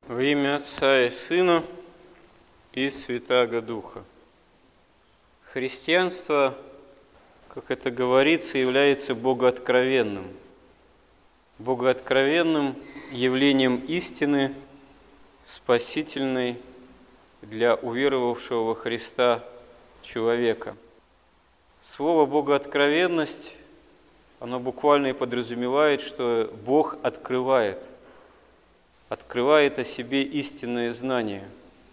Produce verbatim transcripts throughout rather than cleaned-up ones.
Во имя Отца и Сына и Святаго Духа. Христианство, как это говорится, является богооткровенным. Богооткровенным явлением истины, спасительной для уверовавшего во Христа человека. Слово «богооткровенность», оно буквально и подразумевает, что Бог открывает, открывает о себе истинное знание.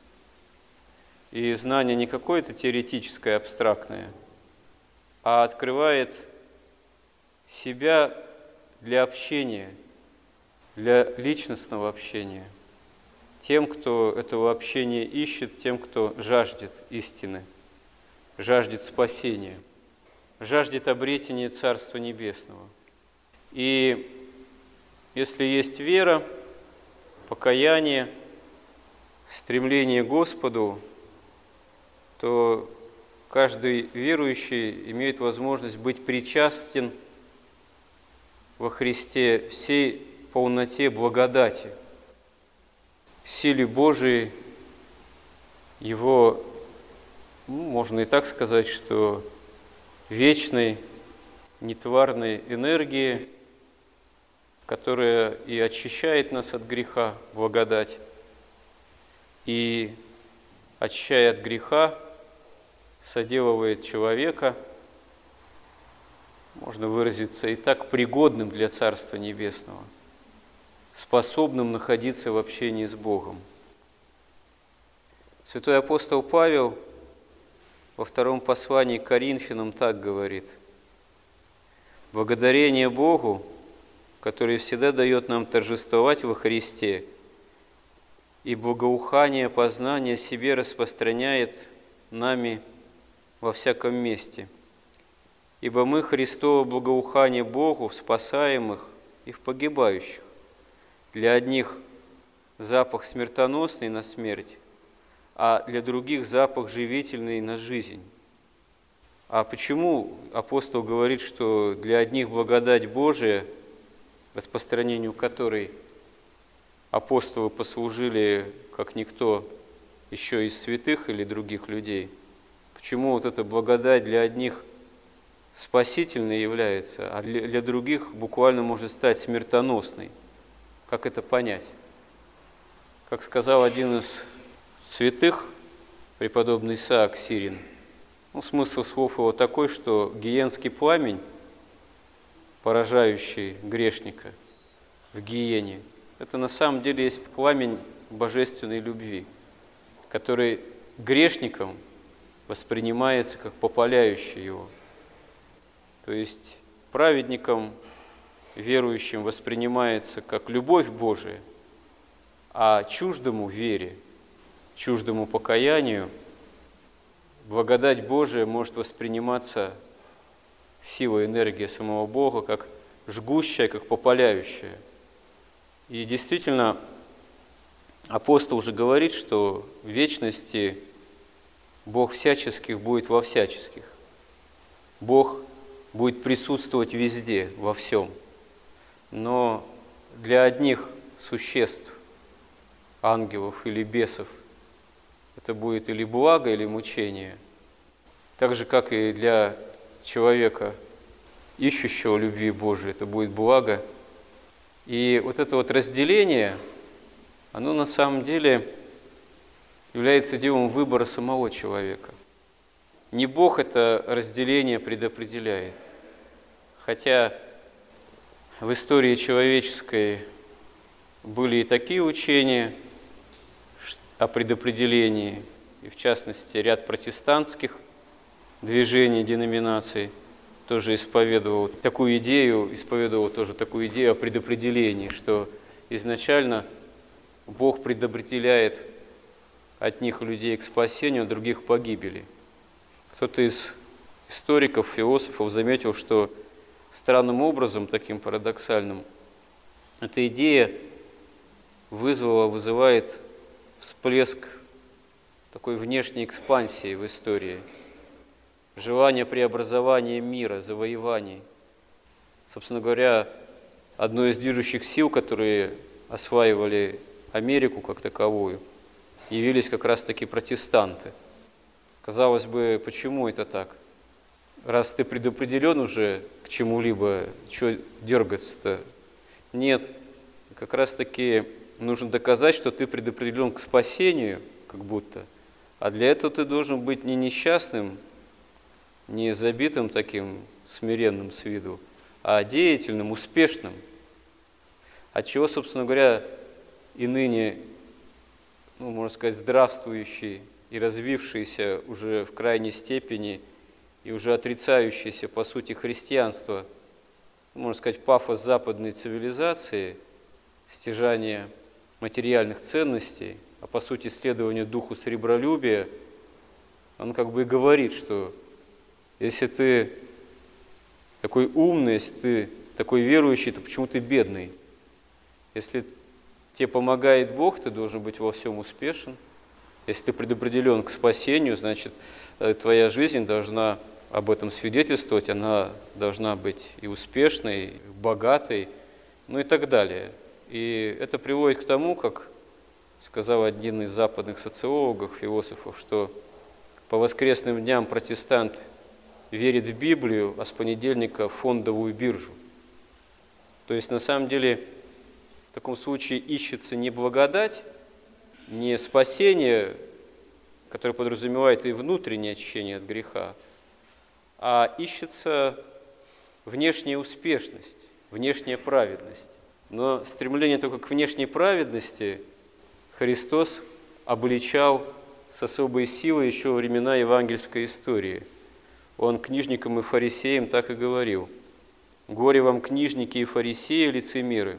И знание не какое-то теоретическое, абстрактное, а открывает себя для общения, для личностного общения, тем, кто этого общения ищет, тем, кто жаждет истины, жаждет спасения, жаждет обретения Царства Небесного. И если есть вера, покаяние, стремление к Господу, то каждый верующий имеет возможность быть причастен во Христе всей полноте благодати, силе Божией, Его, ну, можно и так сказать, что вечной, нетварной энергии, которая и очищает нас от греха, благодать, и, очищая от греха, соделывает человека, можно выразиться и так, пригодным для Царства Небесного, способным находиться в общении с Богом. Святой апостол Павел во втором послании к Коринфянам так говорит: «Благодарение Богу, который всегда дает нам торжествовать во Христе, и благоухание познания себе распространяет нами во всяком месте. Ибо мы Христово благоухание Богу в спасаемых и в погибающих. Для одних запах смертоносный на смерть, а для других запах живительный на жизнь». А почему апостол говорит, что для одних благодать Божия, распространению которой апостолы послужили как никто еще из святых или других людей? Почему вот эта благодать для одних спасительной является, а для, для других буквально может стать смертоносной? Как это понять? Как сказал один из святых, преподобный Исаак Сирин, ну, смысл слов его такой, что гиенский пламень, поражающий грешника в гиене, это на самом деле есть пламень божественной любви, который грешником воспринимается как попаляющий его. То есть праведником, верующим, воспринимается как любовь Божия, а чуждому вере, чуждому покаянию благодать Божия может восприниматься силой, энергией самого Бога как жгущая, как попаляющая. И действительно, апостол уже говорит, что в вечности Бог всяческих будет во всяческих. Бог будет присутствовать везде, во всем. Но для одних существ, ангелов или бесов, это будет или благо, или мучение. Так же, как и для человека, ищущего любви Божией, это будет благо. И вот это вот разделение, оно на самом деле является делом выбора самого человека. Не Бог это разделение предопределяет. Хотя в истории человеческой были и такие учения о предопределении, и в частности ряд протестантских движений, деноминаций тоже исповедовал такую идею, исповедовал тоже такую идею о предопределении, что изначально Бог предопределяет одних людей к спасению, а других к погибели. Кто-то из историков, философов заметил, что странным образом, таким парадоксальным, эта идея вызвала, вызывает всплеск такой внешней экспансии в истории, желание преобразования мира, завоеваний. Собственно говоря, одной из движущих сил, которые осваивали Америку как таковую, явились как раз-таки протестанты. Казалось бы, почему это так? Раз ты предопределен уже к чему-либо, что дергаться-то? Нет, как раз-таки нужно доказать, что ты предопределен к спасению, как будто. А для этого ты должен быть не несчастным, не забитым таким смиренным с виду, а деятельным, успешным. Отчего, собственно говоря, и ныне, ну, можно сказать, здравствующий и развившийся уже в крайней степени и уже отрицающийся, по сути, христианство, можно сказать, пафос западной цивилизации, стяжание материальных ценностей, а по сути следование духу сребролюбия, он как бы и говорит, что если ты такой умный, если ты такой верующий, то почему ты бедный? Если тебе помогает Бог, ты должен быть во всем успешен. Если ты предопределен к спасению, значит, твоя жизнь должна об этом свидетельствовать, она должна быть и успешной, и богатой, ну и так далее. И это приводит к тому, как сказал один из западных социологов, философов, что по воскресным дням протестант верит в Библию, а с понедельника в фондовую биржу. То есть на самом деле в таком случае ищется не благодать, не спасение, которое подразумевает и внутреннее очищение от греха, а ищется внешняя успешность, внешняя праведность. Но стремление только к внешней праведности Христос обличал с особой силой еще во времена евангельской истории. Он книжникам и фарисеям так и говорил: «Горе вам, книжники и фарисеи, лицемеры,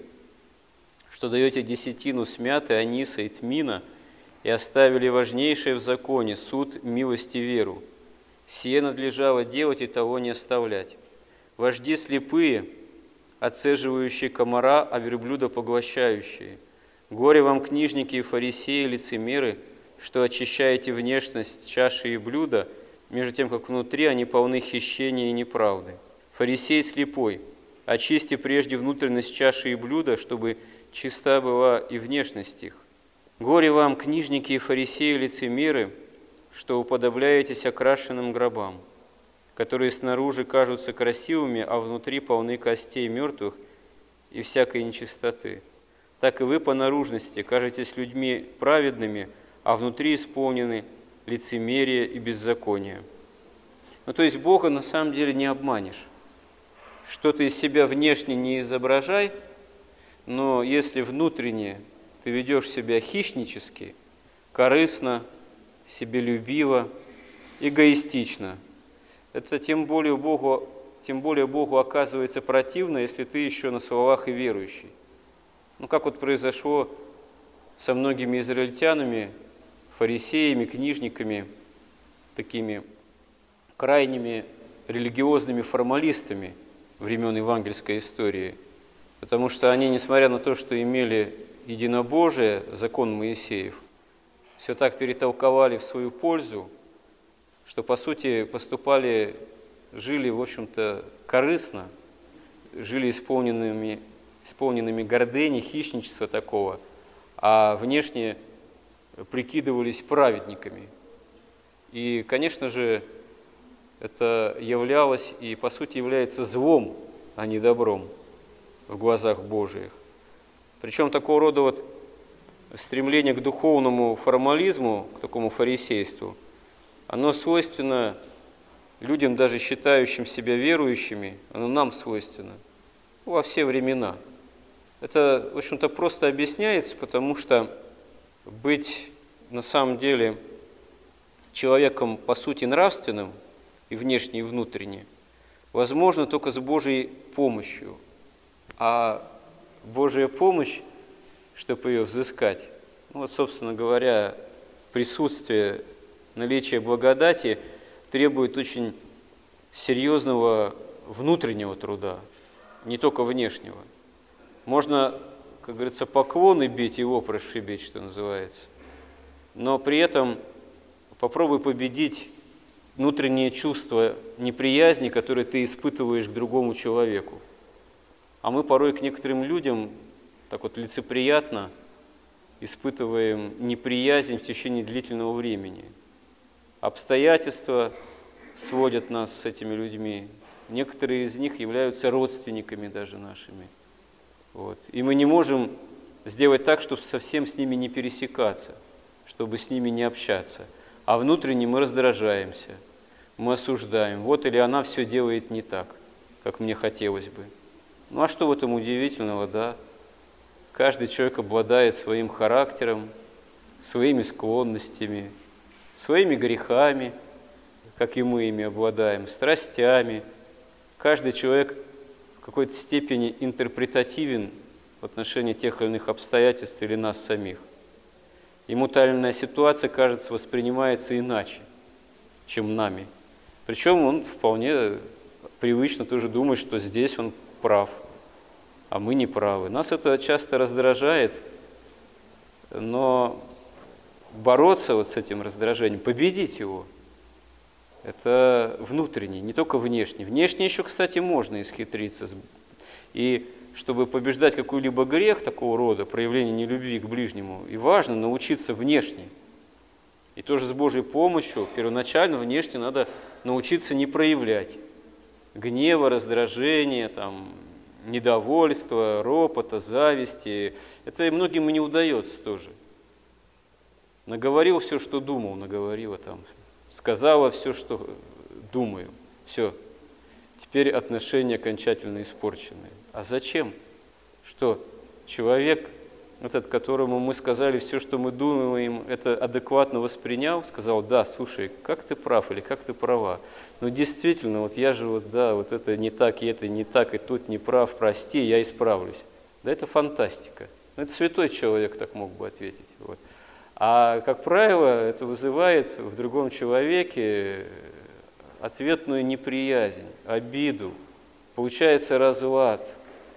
что даете десятину с мяты, аниса и тмина, и оставили важнейшее в законе – суд, милость и веру. Сие надлежало делать и того не оставлять. Вожди слепые, отцеживающие комара, а верблюда поглощающие. Горе вам, книжники и фарисеи, лицемеры, что очищаете внешность чаши и блюда, между тем, как внутри они полны хищения и неправды. Фарисей слепой, очисти прежде внутренность чаши и блюда, чтобы чиста была и внешность их. Горе вам, книжники и фарисеи, лицемеры, что уподобляетесь окрашенным гробам, которые снаружи кажутся красивыми, а внутри полны костей мертвых и всякой нечистоты. Так и вы по наружности кажетесь людьми праведными, а внутри исполнены лицемерие и беззаконие». Ну, то есть Бога на самом деле не обманешь. Что ты из себя внешне не изображай, но если внутренне ты ведешь себя хищнически, корыстно, себелюбиво, эгоистично, это тем более Богу, тем более Богу оказывается противно, если ты еще на словах и верующий. Ну, как вот произошло со многими израильтянами, фарисеями, книжниками, такими крайними религиозными формалистами времен евангельской истории, потому что они, несмотря на то, что имели единобожие, закон Моисеев, все так перетолковали в свою пользу, что, по сути, поступали, жили, в общем-то, корыстно, жили исполненными, исполненными гордыни, хищничества такого, а внешне прикидывались праведниками. И, конечно же, это являлось и, по сути, является злом, а не добром в глазах Божиих. Причем такого рода вот стремление к духовному формализму, к такому фарисейству, оно свойственно людям, даже считающим себя верующими, оно нам свойственно во все времена. Это, в общем-то, просто объясняется, потому что быть на самом деле человеком, по сути, нравственным, и внешне, и внутренне, возможно только с Божьей помощью. А Божья помощь, чтобы ее взыскать, ну вот, собственно говоря, присутствие, наличие благодати требует очень серьезного внутреннего труда, не только внешнего. Можно, как говорится, поклоны бить и вопрошь шибить, что называется, но при этом попробуй победить внутреннее чувство неприязни, которое ты испытываешь к другому человеку. А мы порой к некоторым людям так вот лицеприятно испытываем неприязнь в течение длительного времени. Обстоятельства сводят нас с этими людьми. Некоторые из них являются родственниками даже нашими. Вот. И мы не можем сделать так, чтобы совсем с ними не пересекаться, чтобы с ними не общаться. А внутренне мы раздражаемся, мы осуждаем. Вот или она все делает не так, как мне хотелось бы. Ну а что в этом удивительного, да? Каждый человек обладает своим характером, своими склонностями, своими грехами, как и мы ими обладаем, страстями. Каждый человек в какой-то степени интерпретативен в отношении тех или иных обстоятельств или нас самих. Ему та или иная ситуация, кажется, воспринимается иначе, чем нами. Причем он вполне привычно тоже думает, что здесь он прав, а мы не правы. Нас это часто раздражает, но бороться вот с этим раздражением, победить его, это внутренний, не только внешний. Внешне еще, кстати, можно исхитриться. И чтобы побеждать какой-либо грех такого рода, проявление нелюбви к ближнему, и важно научиться внешне. И тоже с Божьей помощью первоначально внешне надо научиться не проявлять гнева, раздражения, там, недовольства, ропота, зависти. Это и многим и не удается тоже. Наговорил все, что думал, наговорила там, сказала все, что думаю. Все. Теперь отношения окончательно испорчены. А зачем? Что человек, этот, которому мы сказали все, что мы думаем, это адекватно воспринял, сказал: да, слушай, как ты прав или как ты права. Ну действительно, вот я же вот, да, вот это не так, и это не так, и тут не прав, прости, я исправлюсь. Да это фантастика. Ну, это святой человек так мог бы ответить. Вот. А, как правило, это вызывает в другом человеке ответную неприязнь, обиду. Получается разлад,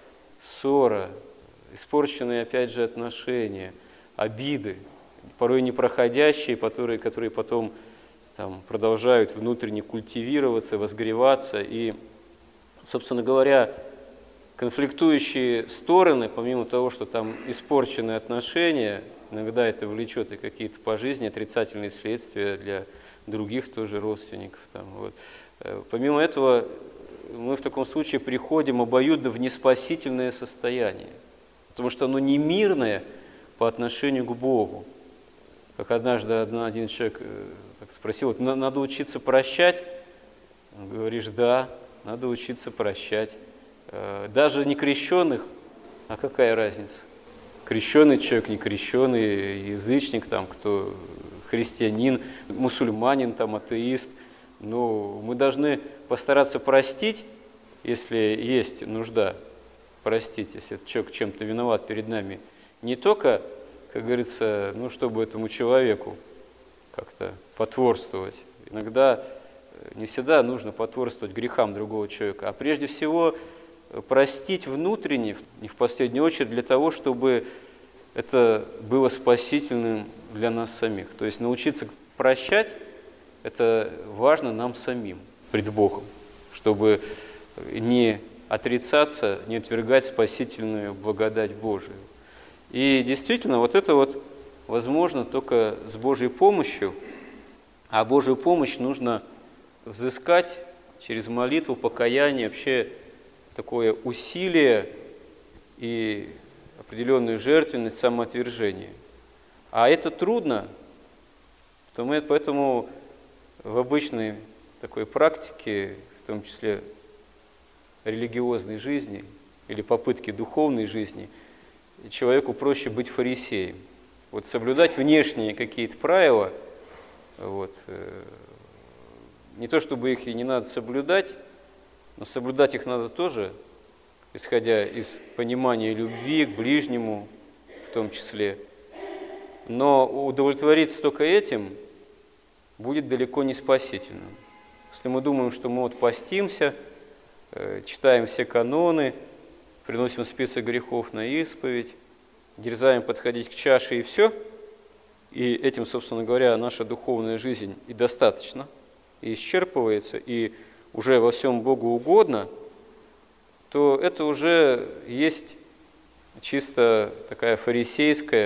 ссора, испорченные, опять же, отношения, обиды, порой непроходящие, которые, которые потом там, продолжают внутренне культивироваться, возгреваться. И, собственно говоря, конфликтующие стороны, помимо того, что там испорченные отношения, иногда это влечет и какие-то по жизни отрицательные следствия для других тоже родственников. Там, вот. Помимо этого, мы в таком случае приходим обоюдно в неспасительное состояние, потому что оно не мирное по отношению к Богу. Как однажды один человек так спросил: вот, надо учиться прощать? Говоришь: да, надо учиться прощать. Даже не крещенных, а какая разница? Крещеный человек, не крещеный, язычник, там, кто христианин, мусульманин, там, атеист. Но мы должны постараться простить, если есть нужда простить, если этот человек чем-то виноват перед нами. Не только, как говорится, ну, чтобы этому человеку как-то потворствовать. Иногда не всегда нужно потворствовать грехам другого человека, а прежде всего простить внутренне, не в последнюю очередь, для того, чтобы это было спасительным для нас самих. То есть научиться прощать – это важно нам самим, пред Богом, чтобы не отрицаться, не отвергать спасительную благодать Божию. И действительно, вот это вот возможно только с Божьей помощью, а Божью помощь нужно взыскать через молитву, покаяние, вообще такое усилие и определенную жертвенность, самоотвержение. А это трудно, поэтому в обычной такой практике, в том числе религиозной жизни или попытки духовной жизни, человеку проще быть фарисеем. Вот соблюдать внешние какие-то правила, вот, не то чтобы их и не надо соблюдать, но соблюдать их надо тоже, исходя из понимания любви к ближнему в том числе. Но удовлетвориться только этим будет далеко не спасительным. Если мы думаем, что мы вот постимся, читаем все каноны, приносим список грехов на исповедь, дерзаем подходить к чаше и все, и этим, собственно говоря, наша духовная жизнь и достаточно, и исчерпывается, и уже во всем Богу угодно, то это уже есть чисто такая фарисейская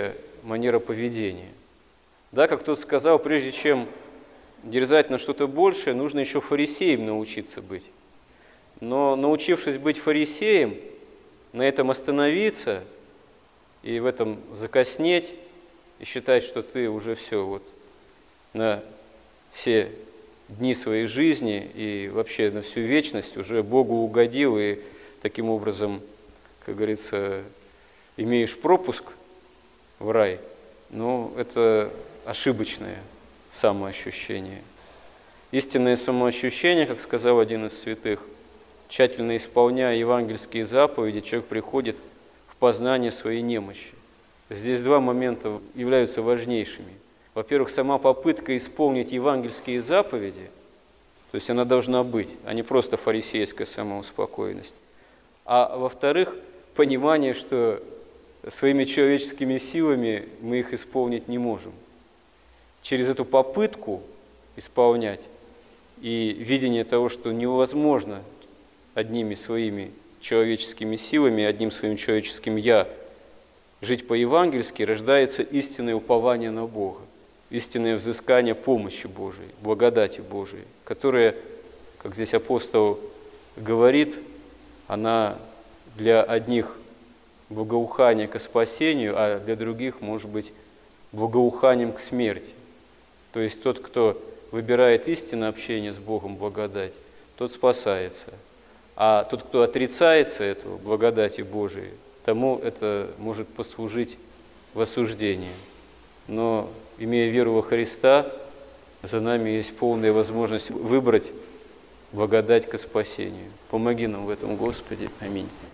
манера поведения. Да, как кто-то сказал, прежде чем дерзать на что-то большее, нужно еще фарисеем научиться быть. Но научившись быть фарисеем, на этом остановиться и в этом закоснеть, и считать, что ты уже все вот на все дни своей жизни и вообще на всю вечность уже Богу угодил, и таким образом, как говорится, имеешь пропуск в рай, но это ошибочное самоощущение. Истинное самоощущение, как сказал один из святых, тщательно исполняя евангельские заповеди, человек приходит в познание своей немощи. Здесь два момента являются важнейшими. Во-первых, сама попытка исполнить евангельские заповеди, то есть она должна быть, а не просто фарисейская самоуспокоенность. А во-вторых, понимание, что своими человеческими силами мы их исполнить не можем. Через эту попытку исполнять и видение того, что невозможно одними своими человеческими силами, одним своим человеческим «я» жить по-евангельски, рождается истинное упование на Бога, истинное взыскание помощи Божией, благодати Божией, которая, как здесь апостол говорит, она для одних благоухание ко спасению, а для других может быть благоуханием к смерти. То есть тот, кто выбирает истинное общение с Богом, благодать, тот спасается. А тот, кто отрицается этого благодати Божией, тому это может послужить в осуждении. Но, имея веру во Христа, за нами есть полная возможность выбрать благодать ко спасению. Помоги нам в этом, Господи. Аминь.